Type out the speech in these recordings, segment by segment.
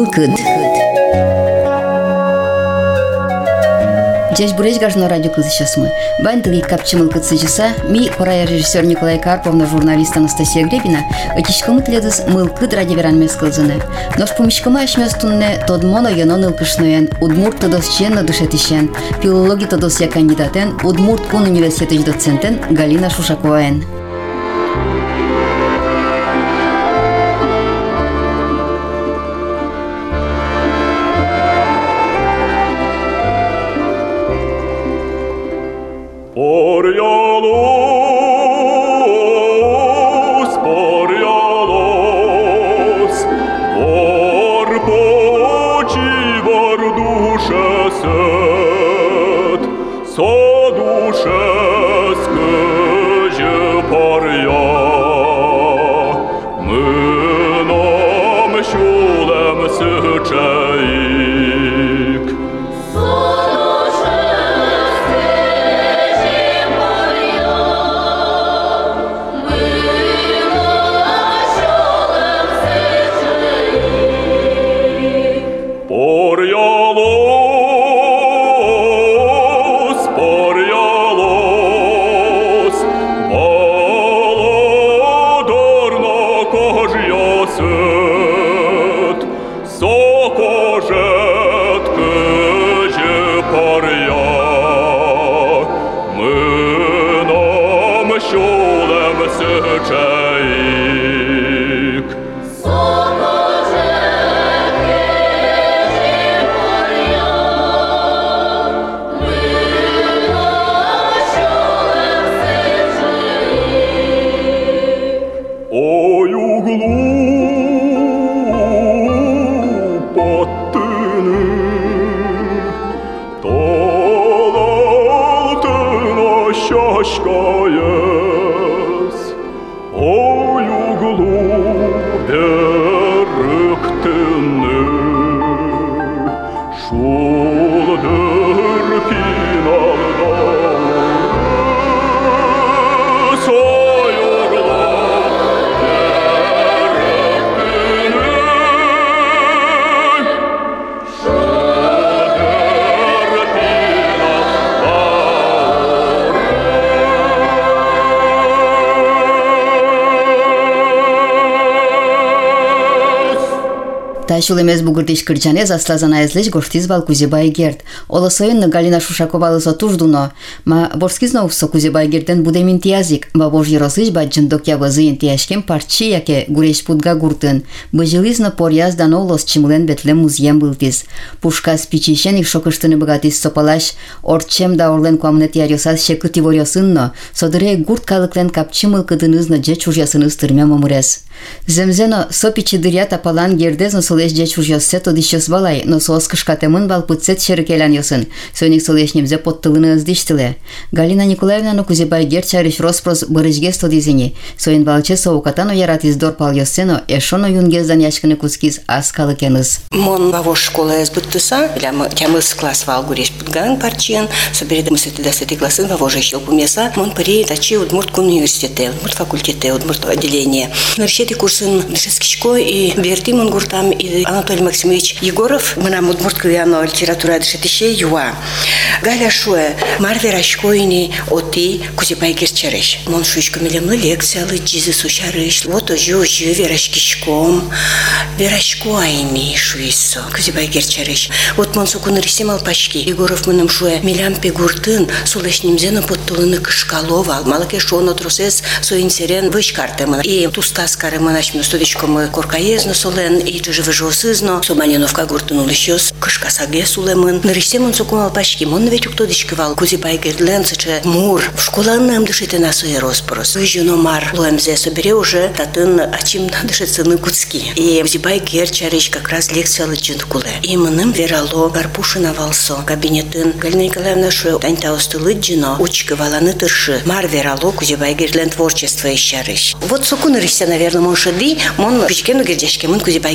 Мылкыд. Здесь буречь гажно радио сейчас мы. Бандли капчимыл кыцыжыса, ми хорая режиссер Николай Карповна, журналист Анастасия Гребина, отичкому тледыз мылкыд ради веранмес кылзыны. Нож помещкама ашмёстунне тодмоно янон ылкышноен, удмурт тодос ченна душетишен, филологи тодос я кандидатен, удмурт кун университет доцентен Галина Шушаковаен. Тайшулемез бугырдиш кырчане заслазана эзлеш гоштизвал Кузебай Герд. Олосоюнны Галина Шушакова лысо туждуно. Ма борскизнов Кузебай Герден будем интиязик. Ба божьи росыш ба джындок ябазы интияшкем парчи яке гуреш путга гуртын. Быжилизно поряздан олос чимлен бетлем музьем былтиз. Пушка спичишен их шокыштыны богатиз сопалаш. Орчем да орлен куамнет ярьосаз шекыти ворьосынно. Содыре гурт калыклен капчимыл кыдынызно же чужьясыныз тырмя мамурез. Земзено сопичи дыря тапалан гердезно солеш же чужьяссе тодищес балай, но соос кышкатемын бал пыцет шерекелян йосын. Соник солеш немзе подтылыны ыздиштыле. Галина Николаевна Кузебай Герд чариш роспрос бырыжге стодизини. Соин балче соукатано яратиз дорпал йоссено, эшоно юнгездан яшкыны кускиз аскалыкеныз. Мон бавош школа эсбыттыса, тямыз класс вал гуреш путган парчен, собереда мысеты десети классын бавожа еще помеса, мон пари тачи удмурт университете, удмурт факультете, удмурт отделение. Университете курсын дышескичко и верти мон гуртам и Анатолий Максимович Егоров, мы нам удмурт квиано литература дышетище юа. Галя шуэ, марверашкоини оти Кузебай Герчереш. Мон шучко милемлы лекциялы джизы сушарыш. Вот ожу верашкишком, верашко айми шуисо Кузебай Герчереш. Вот мон сокуны рисемал пачки. Егоров мыным шуэ милям пегуртын, сулешнимзена подтулыны кышкалова. Малаке шуоно трусес соин серен вышкартемын. И тустас каремын ашмю студичко мы коркаезно солен, и тоже выжосызно. Суманеновка гуртын улышёс, кышкасаге сулемын. Нарисемын сокумал пачки. Мон ведь уктодичкивал Кузебай Гердлен, сыче мур. В школанным дышите на свои роспорос. Выжжено мар. Лоемзе собере уже татын ачим дышит сыны куцки. И Кузебай Герчереш как раз лекция лыджинкуле. И мыным верало Гарпушина валсо. Кабинетін Галина Николаевна шуэ таньта осты лыджино. Учкиваланы тырши. Мар верало Кузебай Гердлен творчество ищарыш. Вот сокуны риссе, наверное, мон шады, мон пичкену гердяшке, мон Кузебай Гердлен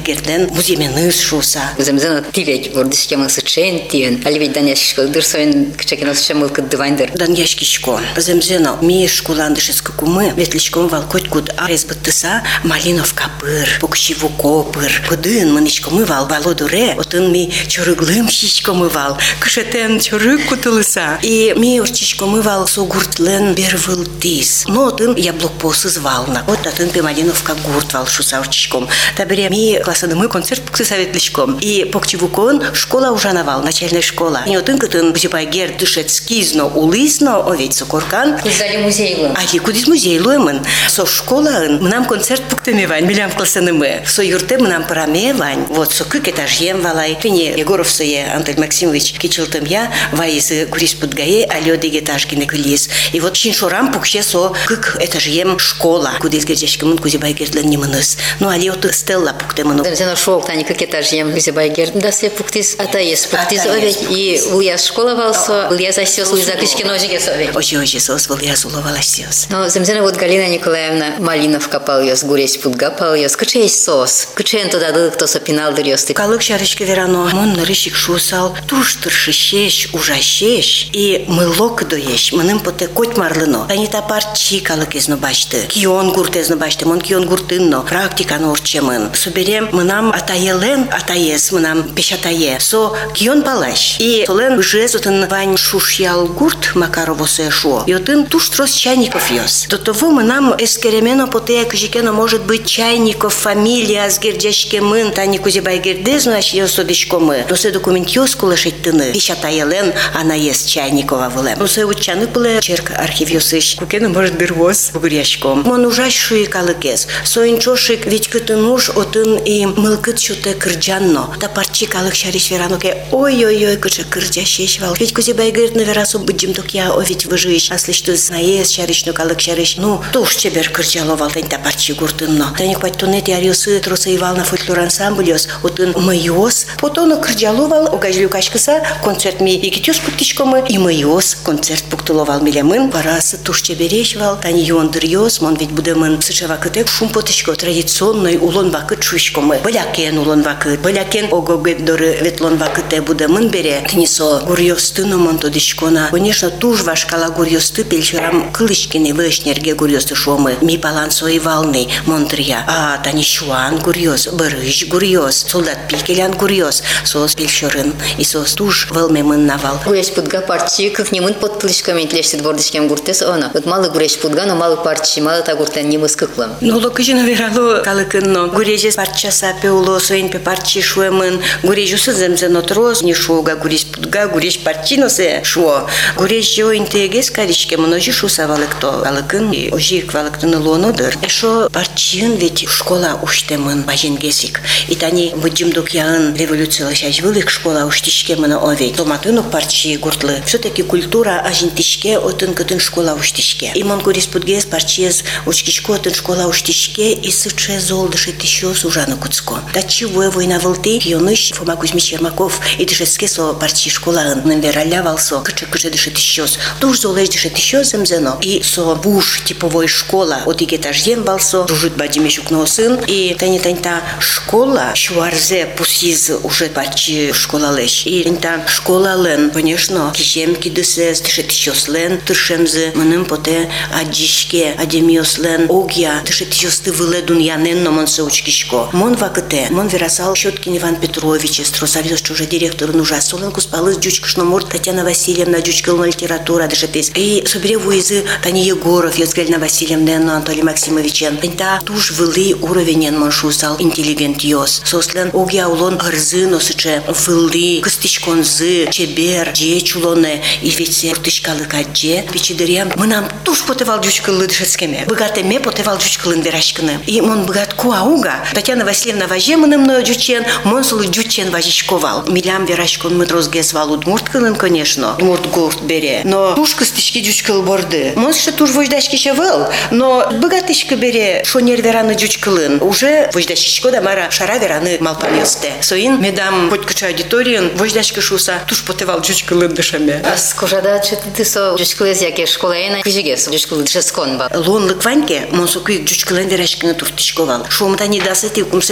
мен музейменыз шуса. Земзена тилек вордишкемы сычен тиен. Али даняшкы дырсоин кчекинос шемыл кыддывайндыр. Даняшкичко. Земзена ми школандышыскы кумы ветличком валкот куд арес быттыса Малиновка пыр, Покшивуко пыр. Пыдын мынычко мы вал Володуре, отын ми чорыглым щичко мы вал. Кышетен чорык кутылыса. И ми орчичко мы вал согуртлен бервылтис. Но отын яблокпосы звална. Вот отын пе Малиновка гурт вал шуса орчичком. Табере ми классады мы концерт пуксы советличком. И Покчивукон школа ужанавал, начальная школа. И отын кытын Кузебайгер дышет скизно, улызно, овет сокоркан. Куздали музейлы. Али кудис музейлуемын. Со школаын мнам концерт пуктемевань, милям классаны мы. Со юрте мнам парамевань. Вот со кык этажем валай. Тыне Егоров сое Антон Максимович кичилтым я, вайзы курис путгае, алё дегетажкины кылис. И вот шиншорам пукше со кык этажем школа. Кудис гердешкемын Кузебайгердлен немыныс. Ну али от стелла пуктемыну. Земзена шол тани кык этажем Кузебайгер. Да се пуктис атаес пуктис овет. И Ульяс школа валсо, Ульяс асёс Луиза Кычкино жигес овет. Ожи сос Ульяс уловала сёс. Но земзена вот Галина Николаевна Малиновка палёс, гурес путга палёс. Кычей сос. Кычен туда дыл кто сопинал дырёсты. Калык шарышки верано, мон нарышик шусал, туштыршы шеш, ужашеш, и мылок доеш, мыным поте коть марлыно. Танита парчи калык изно башты, кион гурт изно башты, мон кион гуртынно, практика норчемын. Соберем мынам атаелен, атаес мынам пешатае, со кион палаш. И солен жезутын вань шушял гурт Макаровосе шо, и отын туштрос чайников ёс. До того мынам эскеремено поте кжикено может быть чайников фамилия с гердешкемын, тани Кузебайгерде знаешь ёс одишкомы. Но се документ ёс кулашеттыны, пешатаелен, она есть чайникова вылем. Но се учаны пыле черк архив ёсыш, кукено может дырвоз бугуряшком. Мон ужашшуи калыкес, соинчошик ведь кытынуш отын и мылкыт шуте кырджанно. Та парчи калык шариш вераноке, ой-ой-ой, кыча кырджашеш вал. Ведь Кузебайгерд на верасу будем я овить выжиш, асли что знаешь шариш, но калык шариш, ну, туш чебер кырджаловал тань та парчи гуртынно. Таник паттунет яриосы тросаивал на фольклор ансамбль ёс, отын майос, потом кырджаловал, огажлю кашкаса, концерт ми икитюс пуктишкомы, и майос, концерт пуктуловал милямын, парасы туш чеберешвал, тань ёндыр ёс, мон ведь будемын сычева кытек шум потышко традиционный улон вакыт шушкомы, балякен улон вакыт, балякен огогеддоры ветлон вакыте будемын бере, книсо гурьёстыно мон тодышкона, конечно, туж вашкала гурьёсты пельшерам кылышкины вышнерге гурьёсты шомы, ми балансои валны, монтрия, а тани шуан гурьёс, барыш гурьёс, солдат пикелян гурьёс, сос пельшерын, и сос туж вэлмемын навал. Гуреш путга парчи, как немын под пылышками тлешти двордышкем гуртес она. Вот малы гуреш путга, но малы парчи, малы та гуртен не выскыклым. Ну локыжина верало калыкынно, гурежес парча сапе уло, соин пе парчи шуэмын, гурежусы земзено троз, не шуга, гуреш путга, гуреш парчи носе шуо. Гуреш жо интегес каришке, множи шусавалы кто калыкын, и ожи квалыктыны лонодыр. Эшо парчиын ведь школа уштемын бажингесик. И тани будем докяын революция шажвылык школа уштишкемына овет. Томатынук парчи гуртлы. Все-таки культура ажинтишке отын кытын школа уштишке. И мон гурес путгес парчиез учкишко отын школа уштишке и сыче золдыше тищо сужана куцко. Тачи война вылты кионыш Фома Кузьмич Ермаков и дышеске со парчи школаын нынвералявалсо кычы дышет тищос. Туж золеш дышет тищо земзено. И со буш типовой школа от игетажем балсо дружит бадимешук носын. И тань-та школа шуарзе пусиз уже парчи школа леш. И тань-та школа лен, конечно, кижем кидысез дышет тищос лен, тыршемзе мыным поте аджишке адемиос лен огья дышет тищосты выле дуньянен но мон соучкишко. Мон вакыте, мон верасал Щеткин Иван Петрович, стросавьёс чуже директор нужа солен куспалыз дючкшно морд Татьяна Васильевна дючкал литература дышетес. И собере вуизы Тани Егоров, Езгальна Васильевна, Анатолий Максимовичен. Тань-та туж вылы уровенен мон шусал интеллигент ёс. Сослен огья улон арзы носыче вылы кыстышконзы чебер же чулоне и ведь уртышкалы кадже пичидырям мынам туж потевал дючкалы дышетскеме. Богатеме потевал дючкалын дырашкыны. И мон богат куауга Татьяна Васильевна важе мыным но дючен, мон сулы дючен важишковал. Милям верашкон мытрозгес вал удмурткалын, конечно. Удмурт гурт бере. Но туж кыстышки дючкал борды. Мон ше туж вождашки шевел, но богатышка бере шонер вераны дючкалын. Уже вождашечко да мара шара вераны малпанесте. Соин медам хоть куча аудиториен вождашка шуса туж потевал дючкалын дышаме. А скажада ты со дючкалыз яке школаена кижигес дючкалы дышескон ба. Лон лыкваньке мон сокуик дючкалын дырашкыны туртышковал. Шомта не дасыти кумсети классын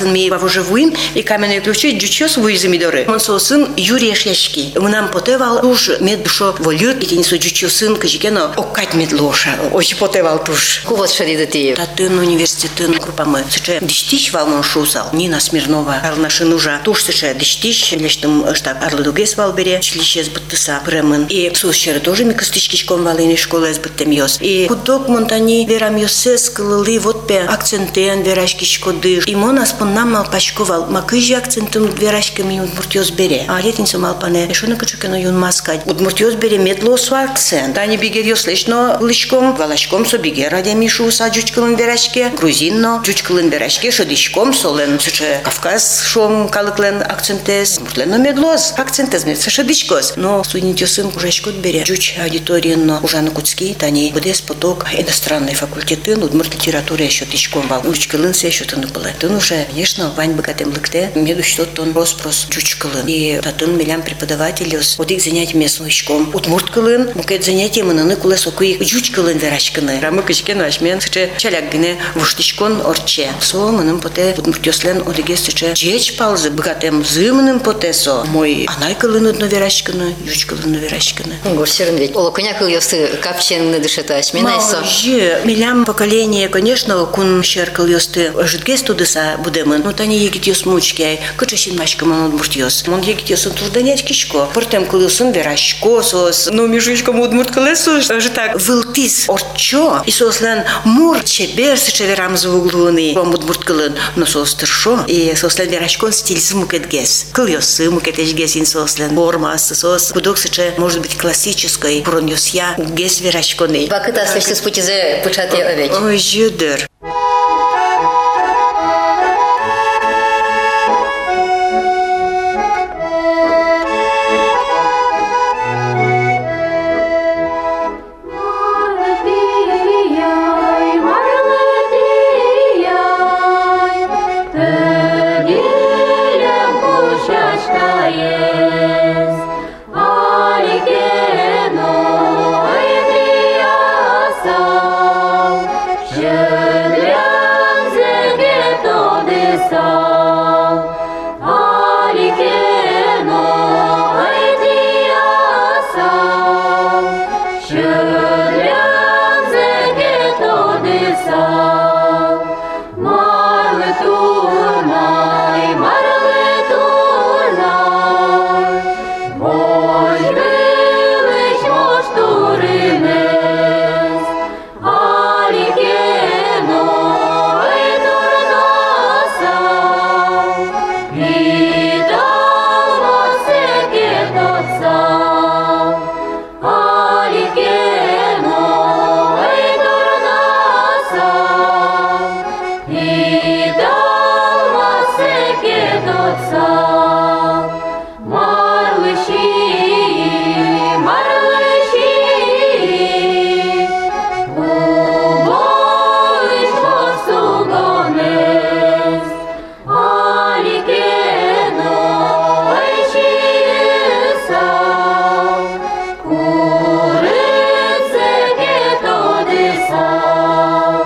сосын ми вавожевуим и каменные ключи джучос вуизимидоры. Он сосын юрешяшки. Нам потевал уж мед душо волют, и тенисо джучосын кажикено окать медлоша. Очень потевал туш. Кувот шаридати. Татын университетын группамы. Сыче дичтич валмон шусал. Нина Смирнова. Арнашы нужа. Туш сыче дичтич. Лештым штаб Арлыдугес валбере. Члище сбыттыса премын. И сусчеры тоже ми костычкичком валыни школы сбыттым йос. И худок монтани верам йосес кылылы вот пе акцентен верашкичко дыш. И мон аспоннам малпачковал. Макыжи акцентым верашками удмуртьос бере. А летинцем алпане. Шо на качукено юн маскать. Удмуртьос бере медлосу акцент. Тани бигер йос лечно лычком. Валачком со бигер адеми шуса джучкылын верашке. Грузинно джучкылын верашке. Шодичком солен. Сыче Кавказ шом калыклен акцентес. Муртлено медлос. Акцентес мед шодичкос. Но суинитьосын кужачкот бере. Джуч аудиториенно ужаны куцки. Тани будес поток иностранной факультетын. Удмурт литература еще тычком вал. Учкылын се еще тыны было. Тын уже, конечно, вань богатым лыкте. Меду что-то он роспрос джучкылын. И татын милям преподавателёс. Одик занятий местным учком. Удмурткылын. Мукет занятия мынаны кулес окуи джучкылын верашкыны. Рамы кычкен ашмен. Сыче чаляк гыне вуштичкон орче. Со мыным поте удмуртёслен одиге сыче джеч палзы богатым зымным потесо. Мой анайкылын одно верашкыны. Джучкылын верашкыны. Горсерын ведь. Олокыня кыльёсы капченны дышета ашменайсо. Же, милям поколение, конечно, кун щеркал ёсты жидгес тудыса будемын. Но тани егит ёс мучке. Кычашин машкаман удмуртьёс. Мон егит ёсын тужданять кишко. Портем кылысын верашко сос. Но мишучкам удмурт кылысу. Же так вылтис орчо. И сослен мур чебер сычеверам звуглуны. Вам удмурт кылын. Но сос тыршо. И сослен верашкон стиль смукетгес. Кыл ёсы мукетешгесин сослен. Форма сос. Кудок сыче может быть классической. Прон ёсья гес верашконы. Вакыта слышты с путизе пучатые овечь. Ой, жюдер.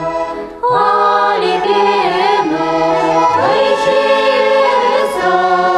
Oh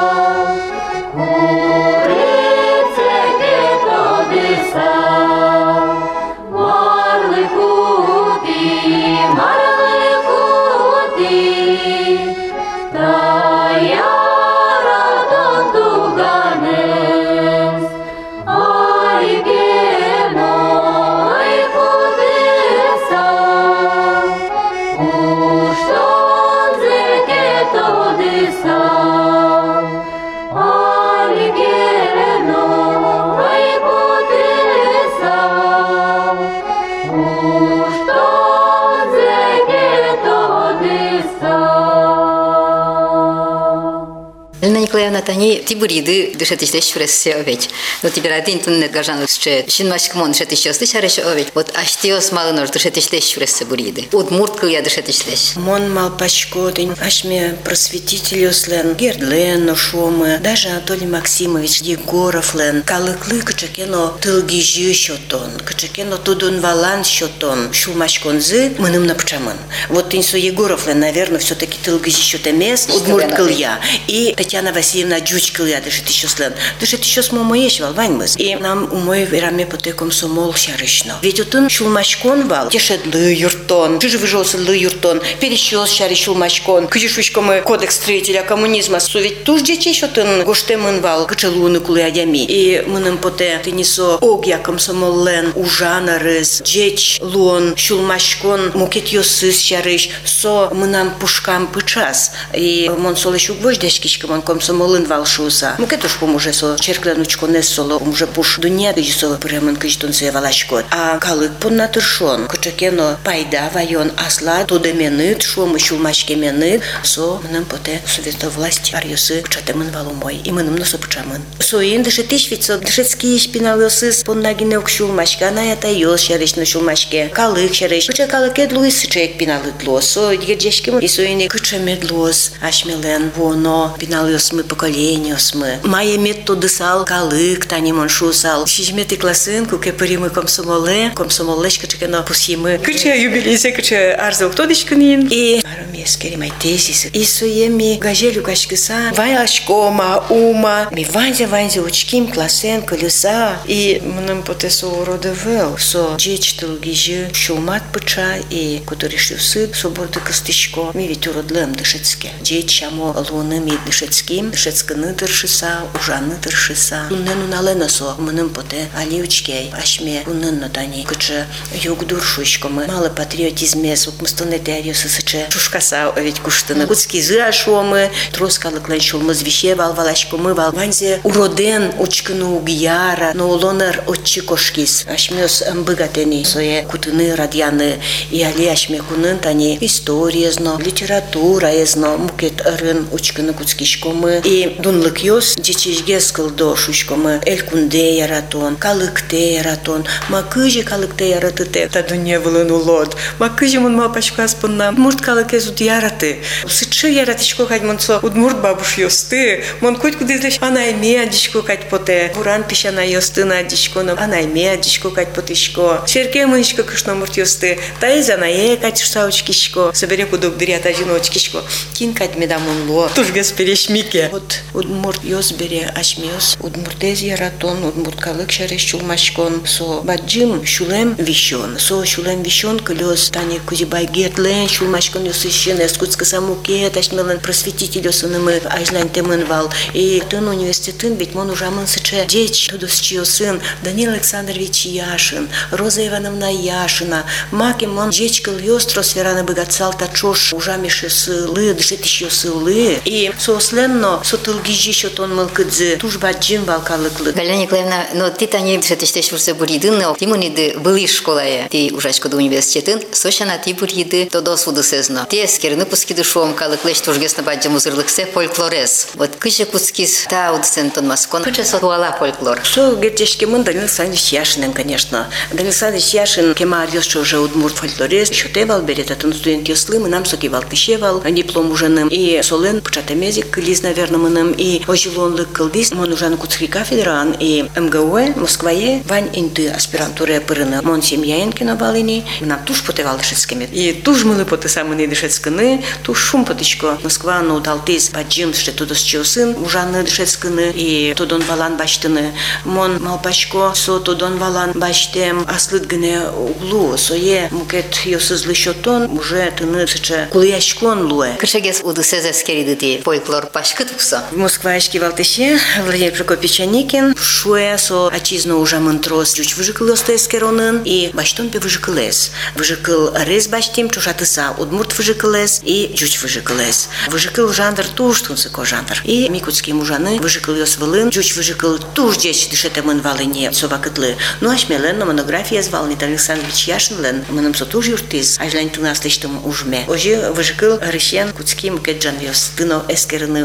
Николаевна, тани тибуриды дышатишлеш фрессе овеч. Но теперь один туннет гажан ще шинмашкмон дышатишлеш лишареш овеч. Вот аштиос малынор дышатишлеш фрессе буриды. Удмурткал я дышатишлеш. Мон малпачко, ашме просветителюс лен, Гердлен ношомы, даже Анатолий Максимович Егоров лен, калыклы кычакено тылгижи счетон, кычакено тудун валан счетон, шулмашконзы мыным напчамын. Вот инсу Егоров лен, наверное, все-таки тылгижи счетемес, удмурткал я. И Татьяна Васильевна Джучкал я дышит еще слен. Дышит еще с мамоеш валваньмыз. И нам умой вераме поте комсомол шарышно. Ведь утын шулмашкон вал, тешет лы юртон, чужи выжился лы юртон, перещел шари шулмашкон, кыжишучкомы кодекс строителя коммунизма. Ведь туж дече еще тын гоштемын вал, кычалуны кулядями. И мыным поте тынисо огя комсомол лен, ужана рыз, джеч луон, шулмашкон, мукет йосыс шарыш, со мынам пушкам пычас. И мон солещук вождешкичка, мон комсомолын валшуса. Мукет уж поможе со черкленучко не соло, уже пуш дуня дыжисо премын кычтун се валашкот. А калык понна тыршон, кычакено пайда вайон асла, тодеменыт, шумы шулмашкеменыт, со мыным поте совета власть арьосы пычатемын валумой. И мыным носо пычамын. Соин дышетиш вицо, дышецкий шпиналёсыс, поннагинеок шулмашка, на это йос шарыш на шулмашке. Калык шарыш, кыча калыкет луис чек пиналыт лос. Со дигердешким и соини кычамед лос, ашмелен воно, пиналёс мы поколениос мы. Мае методы сал калык, танимон шусал. Шижмети классынку, кеперимы комсомолеш, кычакено пусимы. Кыча юбилейсе, кыча арзал ктодишканин. И аромескери майтесис. И соеми гажелю качкыса, ваяшкома, ума. Ми ванзя учким классен колеса. И мным потесо уродовел. Со джечтыл гижи шумат пыча и который шюсы соборды костычко. Ми ведь уродлем дышецке. Джечамо луными дышецким, дышецканы дыршыса, ужаны дыршыса. Уннену наленосо, мным поте аливчкей, ашме унненно тани. Кыча юг дуршучкомы. Мало патриотизме, сукмыстонете арьосы сыче. Шушкаса ведь куштыны. Куцки зырашомы, троскалыклен шулмыз вишевал, валашкомы вал. Ванзе уроден учкыну угияра, но улонер отчикошкис. Ашмёс мбыгатени, сое кутыны радьяны. И али ашме кунын тани история зно, литература зно, мукет рын учкыны куцкишкомы. И дунлык йос, дичижгес кылдо шучкомы, элькунде яратон, калыкте яратон, макыжи калыкте яратыте. Та дуне вылын улот. Макыжи мон малпачкас пынна, мурт калыке зуд яраты. Сычы яратычко кать монцо, удмурт бабуш йосты, мон куть кудызлеш анайме адичко кать поте. Буран пищана йосты на адичко, но анайме адичко кать потышко. Черке мыничко кышно мурт йосты, таиза нае кать шсаучкишко, собере кудок дырят одиночкишко. Кин кать медамон ло, тужгес перешмике. Вот удмурт йос бере ашмёс, удмуртез яратон, удмурт калык шареш чулмашкон, со баджим шулем вишон. Со шулем вишон кылёс тани кузибай гетлен, шулмашкон йосыщен, эскутска самукет, ашмелен просветитель йосынымы, ажлань темын вал. И тын университетын, ведь мон ужамын сыче деч, тодос чьё сын, Данил Александрович Яшин, Роза Ивановна Яшина, маки мон жечкал йострос вераны богатцал тачош, ужамиши сылы, дышетиш йосылы. И сосленно, сотылгижи шотон мылкыдзы, туж баджим валкалыклы. Галина Николаевна, но ты тани дышетиштеш вурсы буридын, но ты муниды были школая, ты ужачко до университетын, сощана ты буриды, то досуды сезно. Ты эскерны пуски душом, калыклеш тужгес на баджим узырлыксе фольклорез. Вот кыше куцкис таудсен тон маскон, кыше сотуала фольклор. Со гертешки мон Данил Александрович Яшин, конечно. Данил Александрович Яшин, кема арьёс, уже удмурт фольклорез, шутевал берет, это студент йослы, мы нам сокивал тыщевал, диплом ужаным, и солен пучатемезик кылиз, наверное, мыным, и ожилонлык кылдис, мон ужан куцки кафедран, и МГУ, Москвае, вань инты аспирантуре пырыны, мон семьяин кинобалини, нам туж потевал дышецкими. И туж мылы поты самыны дышецканы, туж шум потычко. Москва, ну, далтыз, баджим, что тудос чьё сын, ужаны дышецканы, и тодон валан баштыны. Мон малпачко, со тодон валан баштем, аслыт гыне углу, сое, мукет йосызлы шотон, уже тыны сыче кулыяшкон луэ. Кышегес удысез эскеридыти фольклор пашкытукса. В Москвашке валтыше, Владимир Прокопьевич Аникин, шуэ со отчизну ужамын трос, чуть выжикыл эскеронын, и баштон пе выжикылес. Выжикыл рез баштим, чушатыса, удмурт выжикылес, и чуть выжикылес. Выжикыл жанр туж, тунсыко жанр. И микутские мужаны выжикыл йос вылын, чуть выжикыл туж дечь дышетемын валыне собакытлы. Ну ашмелен, но монография звал Данил Александрович Яшинлен, мыным со туж юртыз, ажлань тынаслыштым ужме. Ожи выжикыл рыщен кутским кеджан йос, тыно эскерыны уже тачи.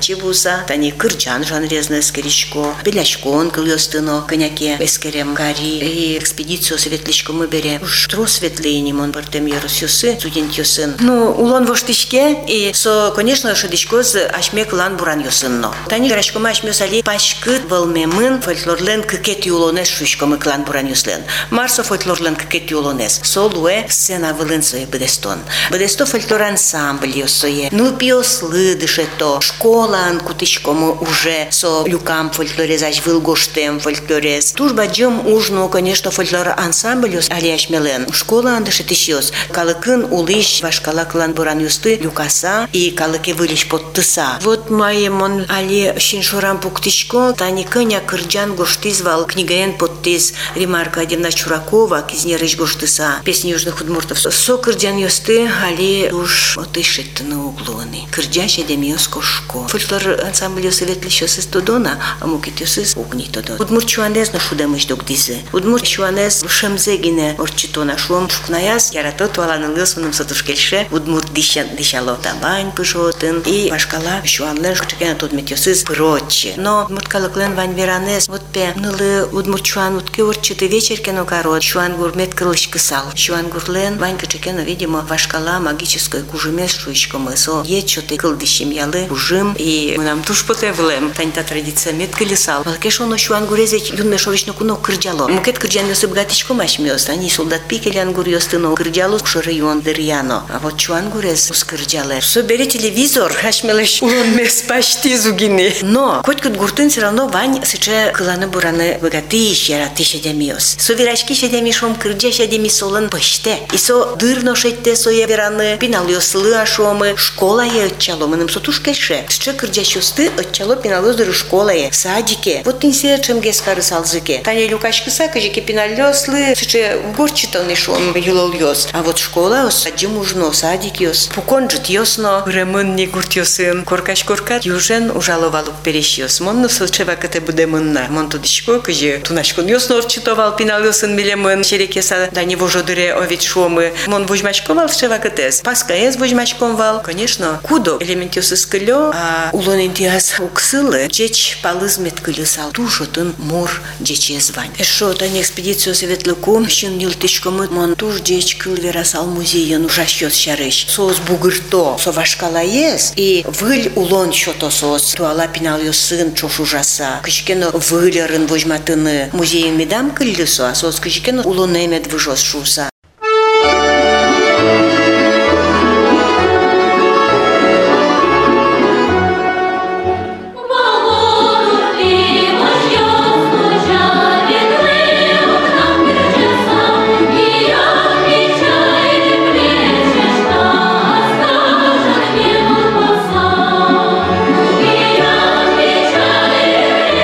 буса, тани кырджан жанрезны скеричко, беляшкон кылёстыно, коняке эскерем гари, и экспедицию светличко мы берем. Уж тро светлейни мон бартем ярусюсы, студент юсын. Ну, улон воштичке, и со, конечно, шедичко с ашмек лан буран юсынно. Тани гарашкома ашмёсали пашкыт волмемын фольклорлен кыкет юлонес шушкомы клан буран юслен. Марсо фольклорлен кыкет юлонес. Солуэ сцена вылынсоe бедестон. Бедесто фольклор ансамбль юсоe. Ну, пиослы дышето. Школан кутышкому уже со люкам фольклорезач вылгоштем фольклорез. Тужба джем ужно, конечно, фольклор ансамбль юс алияш мелен. Школа андышетищёс. Калыкын улыш вашкала клан буран юсты люкаса и калыке вылиш под тыса. Вот мои мон али шиншурам пуктышко, тани коня кырджан гоштизвал книгаен подтиз Ремарка Адемна Чуракова, кизнерыш гоштыса. Песни южных удмуртов. Со кырджан юсты али уж отышет на углоны. Кырджаш Адемиос кошко. Фольклор ансамбль советлищёс из Тодона, а мукитёс из Угни Тодон. Удмурт чуанез на шудамыш догдизе. Удмурт чуанез шемзегине орчитона шлом шукнаяс, ярато туаланылыс уным сатушкельше. Удмурт дишало табань пышотын. И вашкала шуанлен шукчекена тодметёс из проче. Но удмурт калыклен вань веранез. Вот пе нылы удмурт чуан утки орчиты вечеркено корот. Чуан гурмет крылыш кысал. Чуан гурлен вань качекена, видимо, вашкала магической кужемес шуичком со. Ечоты кылдыщим ялы кужим. И мы нам туш потевлем. Таньта традиция мет кылысал. Малкеш оно чуан гурезеч юнме шовично куно кырджало. Мукет кырджан ёсы бгатичком ашмёс. Они солдат пикелян гур ёстыно кырджало шырыён дырьяно. А вот чуан гурез ускырджале. Собери телевизор, ашмелеш улон мес почти зугины. Но хоть кыт гуртын все равно вань сыче кыланы бураны бгатыш яраты шедемиос. Со вирашки шедемишом кырджа шедеми солын пыште. И со дырно шетте сое вераны пинал ёслы ашомы школа е отчало. Мыным сотуш кельше. Сыче кырджа шосты отчало пинал ёздыры школа е. Садике. Вот инсе чем гескары салзыке. Таня люкашкы сакажике пинал ёслы. Сыче горчитон ишом юлол ёс. А вот школа ос саджим ужно садик ёс. Пуконжит ёсно. Ремын не гурт ёсын. Коркаш коркат южен ужаловалук переш ёс. Монно сылчева кате буде мынна. Мон тудишко кыжи тунашкон ёсно орчитовал пинал ёсын милемын. Шерекеса да не вожодыре овет шомы. Мон вожмачковал шева катес. Паскаез вожмачковал. Конечно, кудо элемент ёсы скылё, а улон интиас уксылы джеч палызмет кылысал. Тушотын мор джече звань. Эшо тани экспедицию светлыку щин нилтышкомы мон туш джеч кыл верасал музейен ужаш ёс шарыш. Соз бугырто, со вашкала ес, и выль улон шото соз. Туала пинал ёсын чош ужаса. Кышкено вылерын вожматыны музейен медам кыллысо, а соз кышкено улон эмет выжос шуса.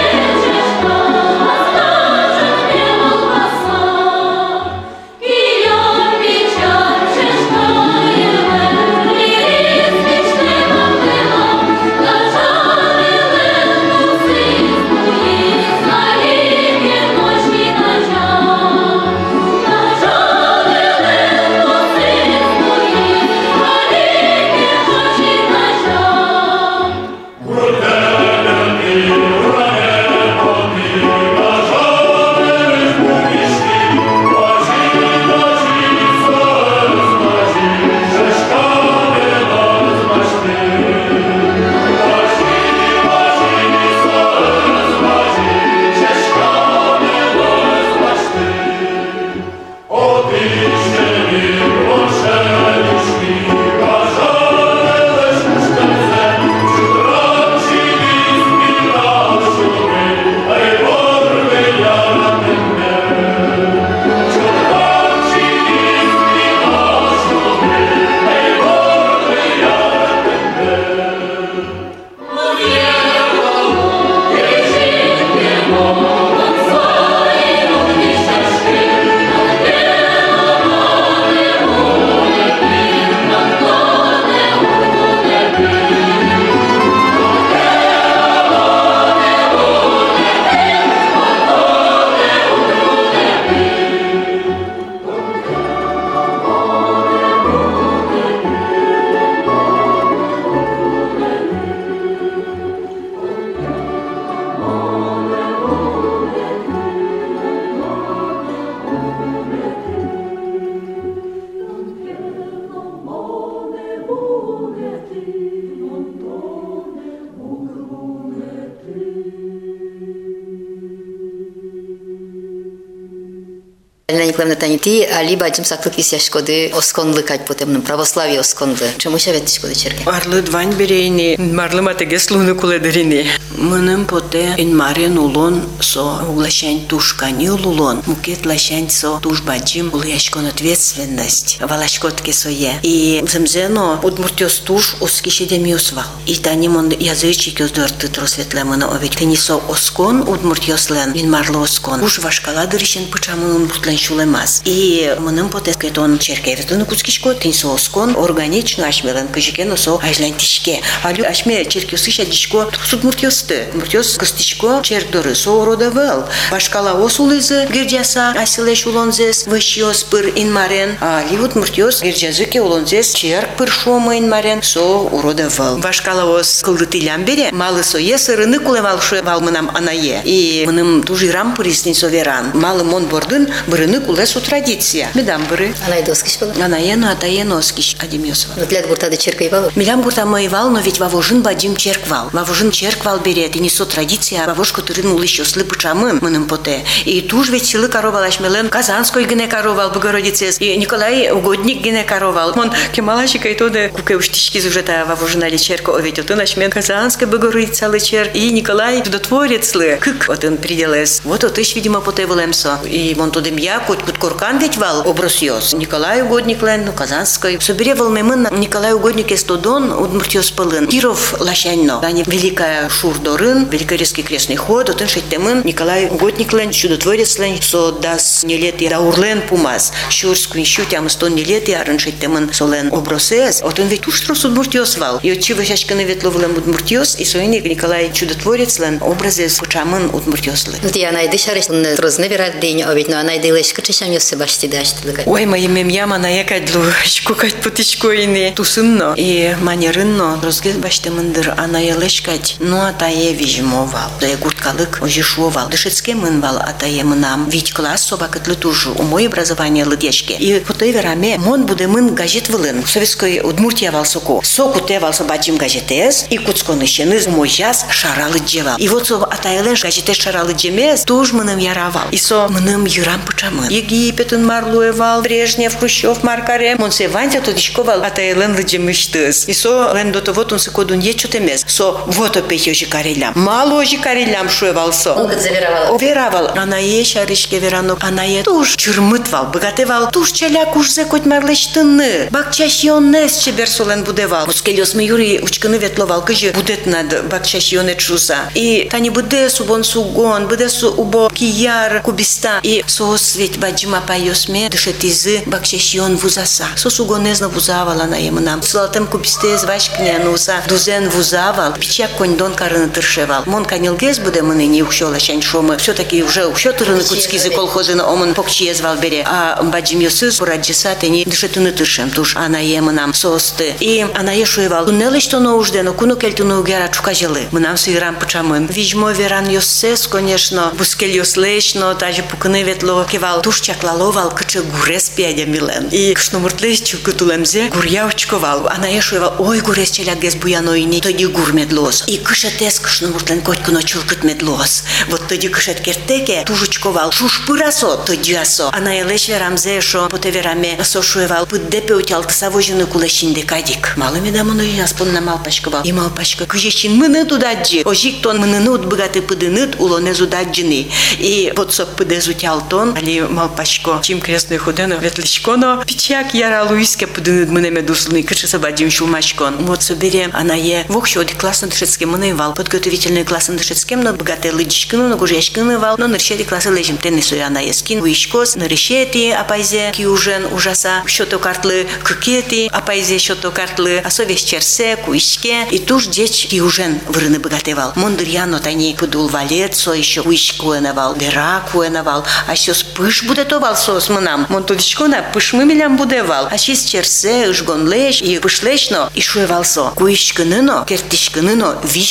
Yeah. Елена Николаевна Танити, али баджим саклык исяшкоды осконлы кайпотемным православие осконлы. Чему шаветишкоды черке? Арлы двань берейни, марлы матегес луны куледерини. Мыным поте ин марен улон со углащань тушкани улон. Мукет лащань со туш баджим улыяшкон ответственность. Валашкотке сое. И земзено удмуртёс туш оскишедемиосвал. И таним он язычик ёздорты тросветлемына овет. Тенисо оскон удмуртёслен ин марлы оскон. Уж вашкаладырищен пычамын удмуртлен шулемас. И мыным поте кетон черкеветлен кускишко тенисо оскон органично ашмелен кыжикен осо ажлантишке. Алю ашме черкёсыша дишко судмуртёсты. Муртёс кыстишко черкдоры со родовел. Вашкала осулызы гирджаса асилеш улонзес вышьёс пыр инмарен. А ливут муртёс гирджазыке улонзес черк пыр шома инмарен со уродовел. Вашкала ос кылдытылям бере малы со есырыны кулевал шуевал мынам анае. И мыным тужирам пырисни соверан. Малы мон бордын бырыны кулесу традиция. Медам быры. Анайдоскиш было? Анаено атаеноскиш адемиосвал. Вот лет буртады черкайвал? Милям гурта моевал, но ведь вавожин бадим черквал. Вавожин черквал бере, и несо традиция, вавош который мул еще слыпы чамын мыным поте. И туж ведь силы коровал ашмелен Казанской гене коровал Богородицес. И Николай Угодник гене коровал. Он кемалашика и тоде куке уштички зужета вавожина личерко овет. Вот он ашмен Казанской Богородица личер. И Николай чудотворец лы. Кык вот он приделес. Вот иш, видимо, поте волемсо. И он тодем я, кут коркан ведь вал образ ёс. Николай Угодник лен, ну Казанской. Соберевал мемын Николай Угодник эстодон удмуртёс пылын. Киров лащаньно. Они великая шурдорын, Великорецкий крестный ход, отын шеттемын Николай Угодник лен, чудотворец лен, со дас нелети даурлен пумас. Шурскую щутям 100 нелети арын шеттемын солен обросес. Отын ведь уштрос удмуртёс вал. И отчива шашканы ветловлен удмуртёс, и соини Николай чудотворец лен, образес пучамын удмуртёс лен. Вот я найду шарыш, розны верат день, а ведь ну найду лишь качешам ёсы башти даштылыгай. Ой, мои мемьяма на якадлу, шкукать путичко ини тусынно и манерынно розгез баштемындыр анаялышкать, ну атае вижмовал. Да я гурткалык ожишовал. Дышецке мынвал атае мынам. Ведь класс собакатлы тужу, у мой образование лыдешке. И вот той вераме мон буде мын газет вылын. Советской Удмуртия вал соку. Соку те вал собачим газетес, и куцконы щены мой час шаралы джевал. И вот со атаелен газетес шаралы джемес, туж мыным яравал. И со мыным юрам пучамын. Египетын марлуевал, Брежнев, Хрущев, Маркаре. Он се вантя тодишковал атаелен лыджемыштыз. И со лен дото вот он се кодун ечутемес. Со вот опять ожи карелям. Мало ожи карелям шуевал со. Он как заверовал? Оверавал. Она е шарышке веранок. Она е туж чурмытвал, богатевал. Туж челяк уж закоть марлештыны. Бакчашионес чеберсолен будевал. Мускелёс мы юри учканы ветловал. Кыжи будет над бакчашионе чуса. И тани буде субон сугон, буде су убо кияр кубиста. И соос ведь баджима пайосме дышетизы бакчашион вузаса. Со сугонезно вузавала на емнам. Золотым кубисте звачкне нуса. Дузен вузавал. Пичак коньдон карыны тыршевал. Мон канилгез буде мы не ухшола шаньшомы. Все-таки уже ухшотырыны куцкизы колхозыны омын покчие звал бере. А баджим ёсыз пораджиса тени дышетыны тыршем. Туж она емнам соосты. И она ешуевал. Кунелы что нуждено, куну кельтуну угера чукажилы. Мы нам свирам пучамын. Вижмо веран ёсес, конечно. Бускель ёслечно, таже пукны ветло кевал. Туж чаклаловал, кычы гурес пядя милен. И кшнумуртлес чукутулемзе гурья учковал. Она ешуевал. Ой, гурес челягез буяноини. Тоди гур медлос. И кышетес кшнумуртлен котькуно чулкыт медлос. Вот тоди кышет кертеке тужучковал. Шуш пырасо, тоди асо. Она елеш верамзе шо поте вераме сошуевал. Пыддепе утял ксавожины кулешинде кадик. Малыми дамоно яспон на малпашковал. И малпашка кыжечин мыны тудаджи. Ожик тон мыныны утбыгаты пыдыныт улонезу даджины. И вот сок пыдезу тялтон. Али малпашко. Чим крестный худено ветличконо. Пичак яра луиске пыдыныт мынеме дуслыны. Кычеса бадим шумашкон. Вот собере она е вокшоди классно дышецке мынывал. Подготовительный классно дышецкем, но богатые лыдичкину, но гужешкины вал. Но наршети классы лежим теннису я на ескин. Уишкос, наршети апайзе киужен ужаса. Щото картлы кукети апайзе щото картлы. Асовеш черсе, куишке. И туж деч киужен вырыны богатевал. Мондырьяно тани пудул валецо, еще уишкуенавал, дера куенавал. А еще спыш будетовал сос мынам. Монтовичкона пышмы милям будевал. А ще черсе, ышгон леш и пышлешно. И шуевал со. Куишкыныно, кертишкыныно, вишкуле.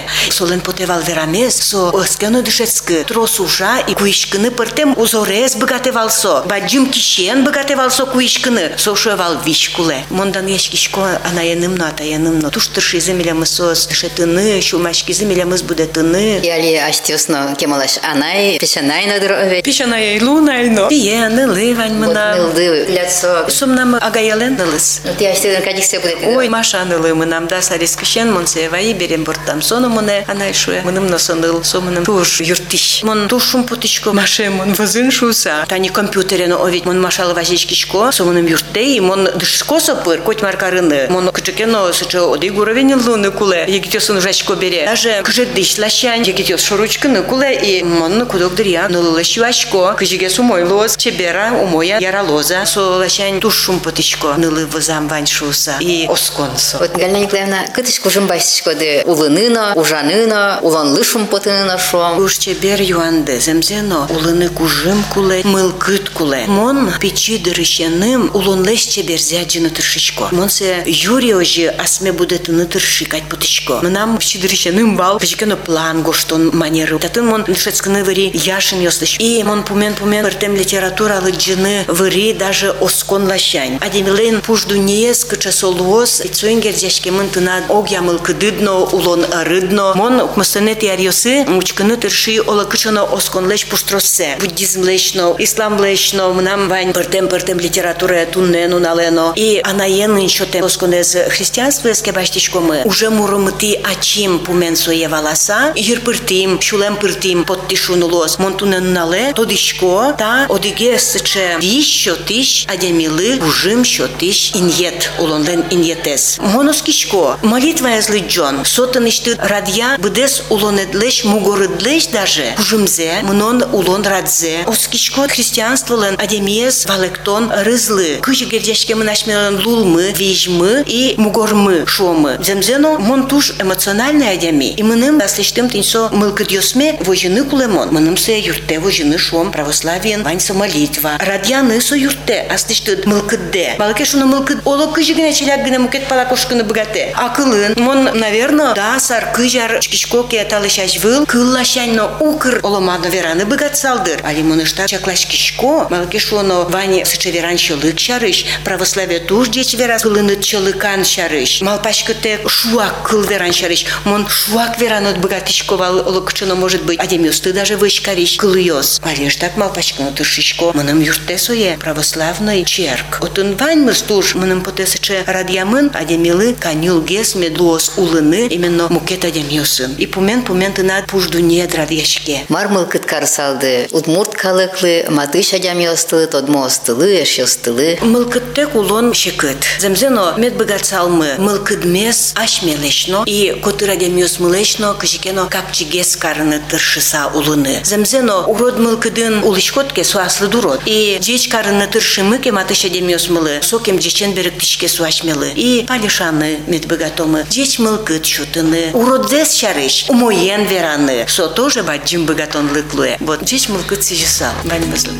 Солен потевал верамес, со скено дышецкы, тросужа и куишкыны пыртем узорез богатевалсо, баджим кишен богатевалсо куишкыны, сошевал вишкуле. Мондан ешкишко анаянымно, атаянымно. Туштырши земелямысос, дышетыны, шумашки земелямыс будетыны. Яли аштиосно кемалаш анай, пешанай надыр. Пешанай лунайно. Пие, нылы ваньмына. Нылды, ляцо. Сумнам агаялен нылыс. Ти аштиден кадиксе будет. Ой, Маша нылы мынам да сарискишен, монсе ваи берем бортам. Сону моне анайшуе. Мыным носоныл, сомыным туш юртиш. Мон тушум путичко, Маше мон вазын шуса. Тани компьютерено овить мон машал вазичкишко, сомыным юртей, мон дышко сопыр, коть маркарыны. Мон кычекено сычо оды гуровени луны куле. Егитёсын жачко бере. Даже кыжедыш лащань, егитёс шоручкыны куле и мон кудок дырья. Нылы щуачко, кыжиге сумойлоз, чебера умоя яралоза. Со лащань тушум путичко, нылы вазам вань шуса. И осконсо. Вот Галина Николаевна, кытышко жымбайсичко де улыныно, ужаныно, улонлы шум потыныно шом. Уж чебер юанды, земзено, улыны кужым куле, мылкыт куле. Мон печи дырыщаным, улонлеш чеберзя джины тыршичко. Монсе юри ожи асме будетыны тыршикать путичко. Мнам печи дырыщаным бал, печикено план гоштон манеры. Татын мон нышецканы вари яшин ёслыш. И мон пумен пыртем литература лыджины вари даже оскон лащань. Адемилен пужду неес кычасолуос, и цуингер зяшке мынтына огя мылкыдыдно, улон арыдно. Мон укмастынет ярьосы, мучкыны тырши ола кычано оскон леш пуштроссе. Буддизм лешно, ислам лешно, мнам вань пыртем литература туннену налено. И анаен шотем осконез христианство эскебаштичко мы. Уже муромыти ачим пумен своє валаса, юрпыртим, шулем пыртим подтишунулос. Мон туннену нале, тодишко, та одиге сыче диш, шотиш, адемилы, ужим, шотиш, иньет, улонлен иньетес. Моноскишко, молитва язлыджон, сотын ишты радья, быдес улонедлеш, мугорыдлеш даже, ужимзе, мнон улон радзе. Оскишко христианство лен адемиес валектон рызлы. Кыжи гердешке мнашмелен лулмы, вижмы и мугормы шомы. Земзено мон туш эмоциональный адеми. И мыным аслиштым тинсо мылкыдьосме вожины кулемон. Мынымсе юрте вожины шом православиен ваньса молитва. Радьяны со юрте аслиштыд мылкыдде. Балаке шуно мылкыд оло кыжи гіне челяк гіне мукет палакошкыны богате. Акылын мон, наверно, да сар кыжар чкишко кеталышаш выл, кыллашаньно укр оломадно вераны богат салдыр. Али монышта чаклаш кишко, балаке шуно вань сыче веран чылык шарыш, православие туш деч вера кылыныт чылыкан шарыш. Малпашкыте шуак кыл веран шарыш. Мон шуак веранот богатишко вал олокчыно может быть. Адемюсты даже вышкариш кылыёс. Алиш так малпашкыно тышишко. Мыным юрте сое православный черк. Отын вань мыс туш мыным потесыче радьямын адемилы канюл гес медлуос улыны именно мукет адемюсын. И пумен тынат пужду нед радьяшке. Мармыл кыткар салды. Удмурт калыклы, матыш адемюстылы, тодмостылы, эшюстылы. Мылкыттек улон шекыт. Земзено медбогат салмы мылкыдмес ашмелешно и котыр адемюс мылешно кыжикено капчигес карыны тыршыса улыны. Земзено урод мылкыдын улышкотке суаслы дурот. И джеч карыны тыршымы ке матыш адемюс мылы. Сокем джечен беректишке суашмелы. И палишаны медбогатомы. Джеч мылкыт шутыны. Уродзес шарыш. Умоен вераны. Со тоже баджим богатон лыклуе. Вот джеч мылкыт сижисал. Вань мызлы.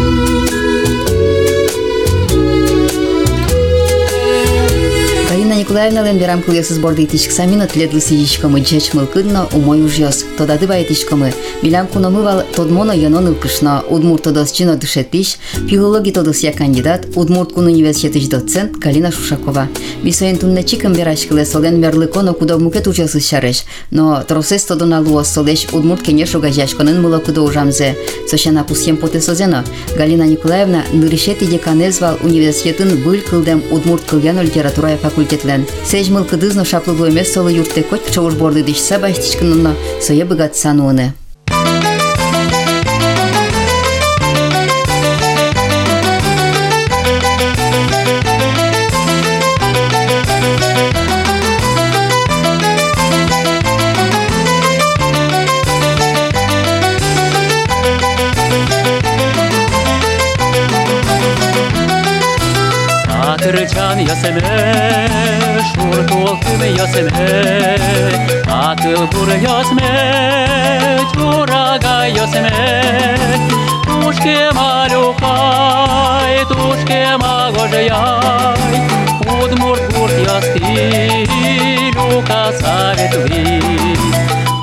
Галина Николаевна лен кылыясы сборды итишксамина тледлы сидичкомы джеч мылкыдно умой ужьёс. Тодады баетишкомы. Милям куномы вал тодмоно йонон ылкышно. Удмурт тодос чино дышетиш. Филологи тодос я кандидат. Удмурт кун университетиш доцент Галина Шушакова. Бисоен туннечикым берашкыле солен мерлыконо кудо мукет ужьёсы шарыш. Но тросес тодона луос солеш удмурт кенеш угажашконын мыло кудо ужамзе. Сошена пусьем потесозено. Галина Николаевна нырышети деканез вал университетін был кылдем удмурт кыльяно литературая факультетлен. Сеж мылкыдызно шаплыглу эмес солы юртте коть чауш борды дишса баштичкынно сое богат сануыны. Атырчан ясеме, шуртолкым ясеме, атыл бур ясме, чурага ясеме, тушке малюхай, тушке магожаяй, удмурт бурт ясти, люка советуй.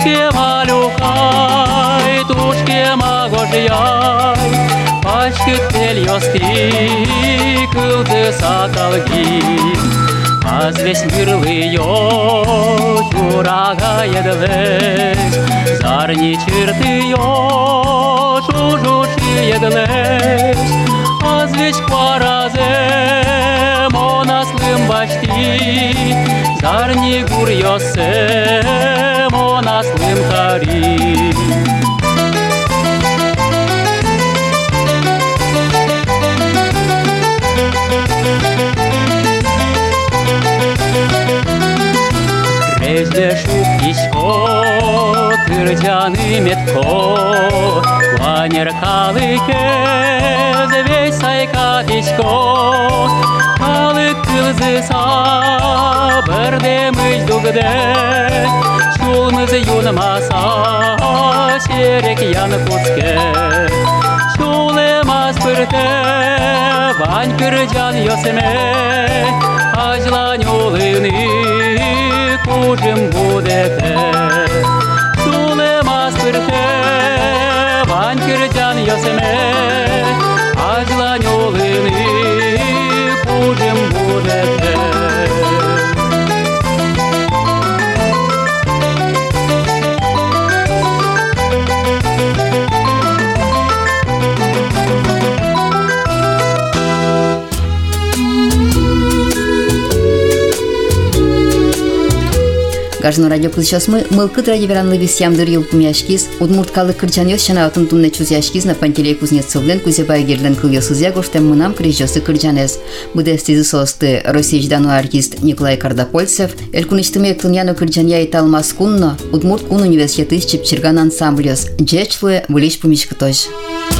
Тушке малюкай, тушке магожьяй, пачкет пельёсты, кылды саталги. Азвесь мирлыё, чурагает лес, зарни чертыё, чужушиет лес. Азвесь паразе, монаслым башти, зарни гурьёсе, монаслым тари. Прежде шутичко, тырдяны метко, планер калыке, звесь сайкатичко, калык кылзыса, бірдеміз дугде, шулмыз юнмаса, серек яны куцке. Шулемас бірте, вань кырджан йосеме, ажлань улыны, кужым будете. Шулемас бірте, вань кырджан йосеме, ажлань улыны, кужым будете. Каждый радио мы мылкыт ради веранлы вис ямдыр ел кумяшкиз, удмурткалы кырчан ёс шана атын тунне чузяшкиз на Пантелей Кузнецовлен Кузебай Герден кыл ёсызя гоштем мынам крежёсы кырчанез. Будестизи состы Российдану артист Николай Кардапольцев, элькуничтыме клыняну кырчанья и талмас кунно, удмурт кун университеты чепчирган ансамблёс, джечлуе вылич пумишкытош.